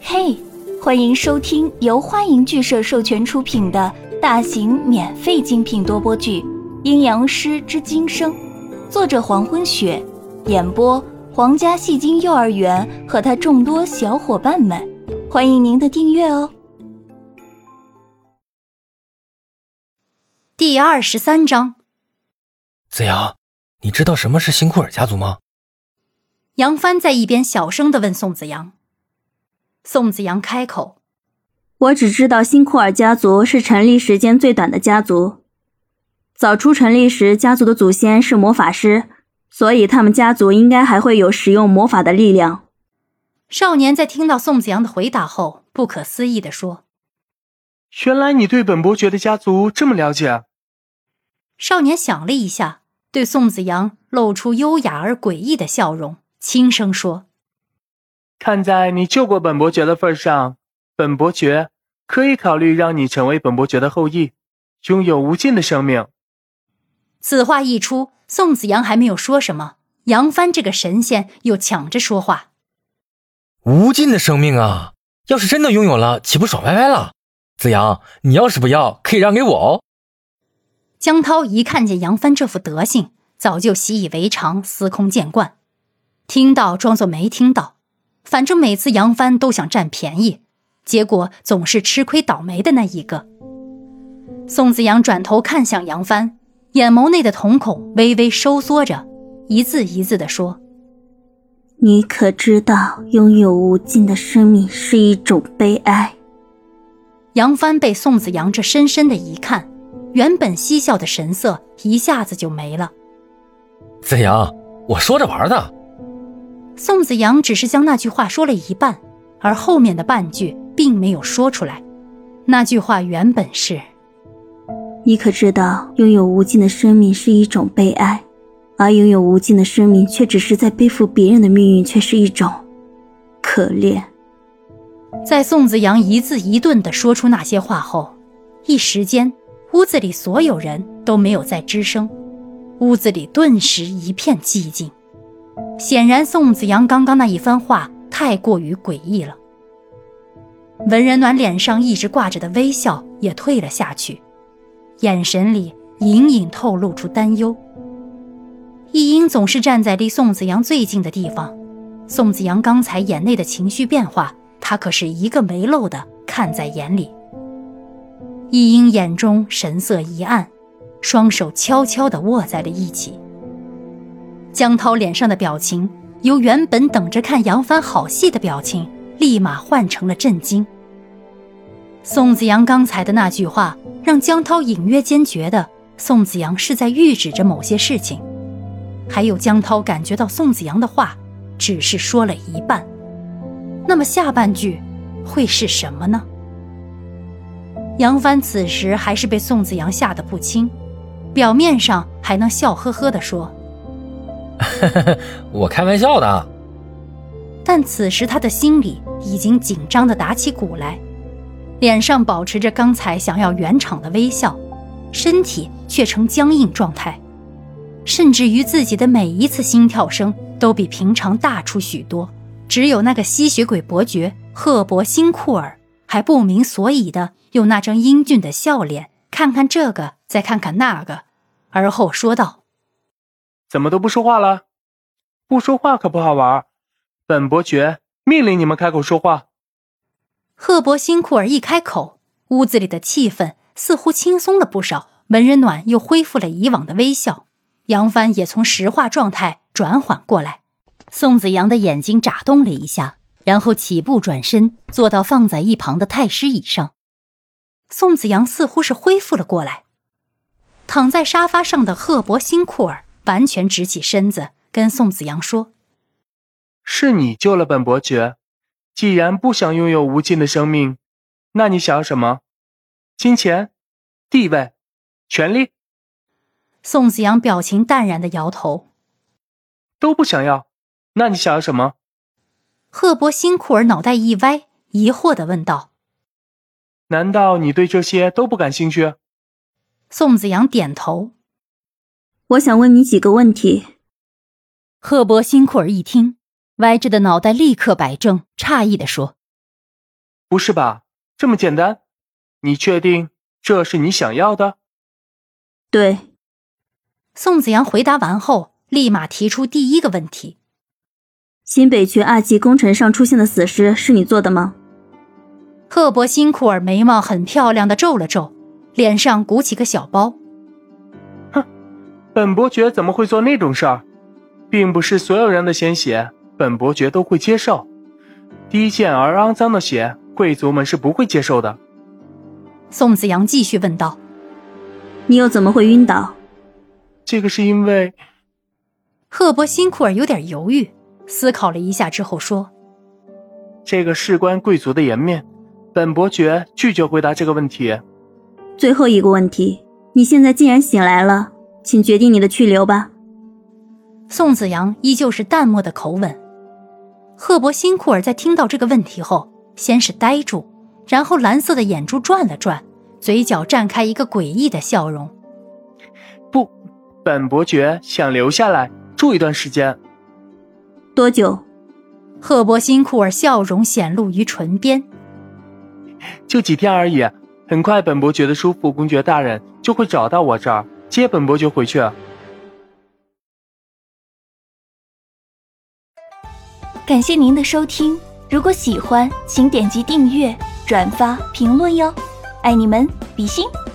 嘿，欢迎收听由花影剧社授权出品的大型免费精品多播剧《阴阳师之今生》，作者黄昏雪，演播皇家戏精幼儿园和他众多小伙伴们，欢迎您的订阅哦。 第23章。 子阳，你知道什么是辛库尔家族吗？ 杨帆在一边小声地问宋子阳。宋子阳开口： 我只知道辛库尔家族是成立时间最短的家族。早初成立时，家族的祖先是魔法师，所以他们家族应该还会有使用魔法的力量。 少年在听到宋子阳的回答后，不可思议地说： 原来你对本伯爵的家族这么了解。 少年想了一下，对宋子阳露出优雅而诡异的笑容，轻声说： 看在你救过本伯爵的份上，本伯爵可以考虑让你成为本伯爵的后裔，拥有无尽的生命。 此话一出，宋子阳还没有说什么，杨帆这个神仙又抢着说话： 无尽的生命啊，要是真的拥有了，岂不爽歪歪了？子阳，你要是不要，可以让给我哦。 江涛一看见杨帆这副德行，早就习以为常，司空见惯，听到装作没听到，反正每次杨帆都想占便宜，结果总是吃亏倒霉的那一个。宋子阳转头看向杨帆，眼眸内的瞳孔微微收缩着，一字一字地说： 你可知道拥有无尽的生命是一种悲哀？ 杨帆被宋子阳这深深的一看，原本嬉笑的神色一下子就没了。 子阳，我说着玩的。 宋子阳只是将那句话说了一半，而后面的半句并没有说出来。那句话原本是： 你可知道拥有无尽的生命是一种悲哀，而拥有无尽的生命却只是在背负别人的命运，却是一种可怜。 在宋子阳一字一顿地说出那些话后，一时间屋子里所有人都没有再吱声，屋子里顿时一片寂静。显然宋子阳刚刚那一番话太过于诡异了。文人暖脸上一直挂着的微笑也退了下去，眼神里隐隐透露出担忧。一英总是站在离宋子阳最近的地方，宋子阳刚才眼内的情绪变化，他可是一个没漏的看在眼里。一英眼中神色一暗，双手悄悄地握在了一起。江涛脸上的表情由原本等着看杨帆好戏的表情立马换成了震惊。宋子阳刚才的那句话让江涛隐约间觉得宋子阳是在预指着某些事情，还有江涛感觉到宋子阳的话只是说了一半，那么下半句会是什么呢？杨帆此时还是被宋子阳吓得不轻，表面上还能笑呵呵地说： 我开玩笑的。 但此时他的心里已经紧张地打起鼓来，脸上保持着刚才想要圆场的微笑，身体却呈僵硬状态，甚至于自己的每一次心跳声都比平常大出许多。只有那个吸血鬼伯爵赫伯辛库尔还不明所以的用那张英俊的笑脸看看这个再看看那个，而后说道： 怎么都不说话了？不说话可不好玩，本伯爵命令你们开口说话。 赫伯辛库尔一开口，屋子里的气氛似乎轻松了不少，文人暖又恢复了以往的微笑，杨帆也从石化状态转缓过来。宋子阳的眼睛眨动了一下，然后起步转身坐到放在一旁的太师椅上。宋子阳似乎是恢复了过来，躺在沙发上的赫伯辛库尔完全直起身子跟宋子阳说： 是你救了本伯爵，既然不想拥有无尽的生命，那你想要什么？金钱、地位、权力？ 宋子阳表情淡然地摇头： 都不想要。那你想要什么？ 赫伯辛库尔脑袋一歪，疑惑地问道： 难道你对这些都不感兴趣？ 宋子阳点头： 我想问你几个问题。 赫伯辛库尔一听，歪着的脑袋立刻摆正，诧异地说： 不是吧？这么简单？你确定这是你想要的？ 对。 宋子阳回答完后，立马提出第一个问题。 新北区2级工程上出现的死尸是你做的吗？ 赫伯辛库尔眉毛很漂亮的皱了皱，脸上鼓起个小包。 哼，本伯爵怎么会做那种事儿？并不是所有人的鲜血本伯爵都会接受，低贱而肮脏的血贵族们是不会接受的。 宋子阳继续问道。 你又怎么会晕倒？ 这个是因为…… 赫伯辛库尔有点犹豫，思考了一下之后说， 这个事关贵族的颜面，本伯爵拒绝回答这个问题。 最后一个问题，你现在既然醒来了，请决定你的去留吧。 宋子阳依旧是淡漠的口吻。赫伯辛库尔在听到这个问题后，先是呆住，然后蓝色的眼珠转了转，嘴角绽开一个诡异的笑容。 不，本伯爵想留下来住一段时间。 多久？ 赫伯辛库尔笑容显露于唇边。 就几天而已，很快本伯爵的叔父公爵大人就会找到我这儿，接本伯爵回去。 感谢您的收听，如果喜欢，请点击订阅、转发、评论哟，爱你们，比心。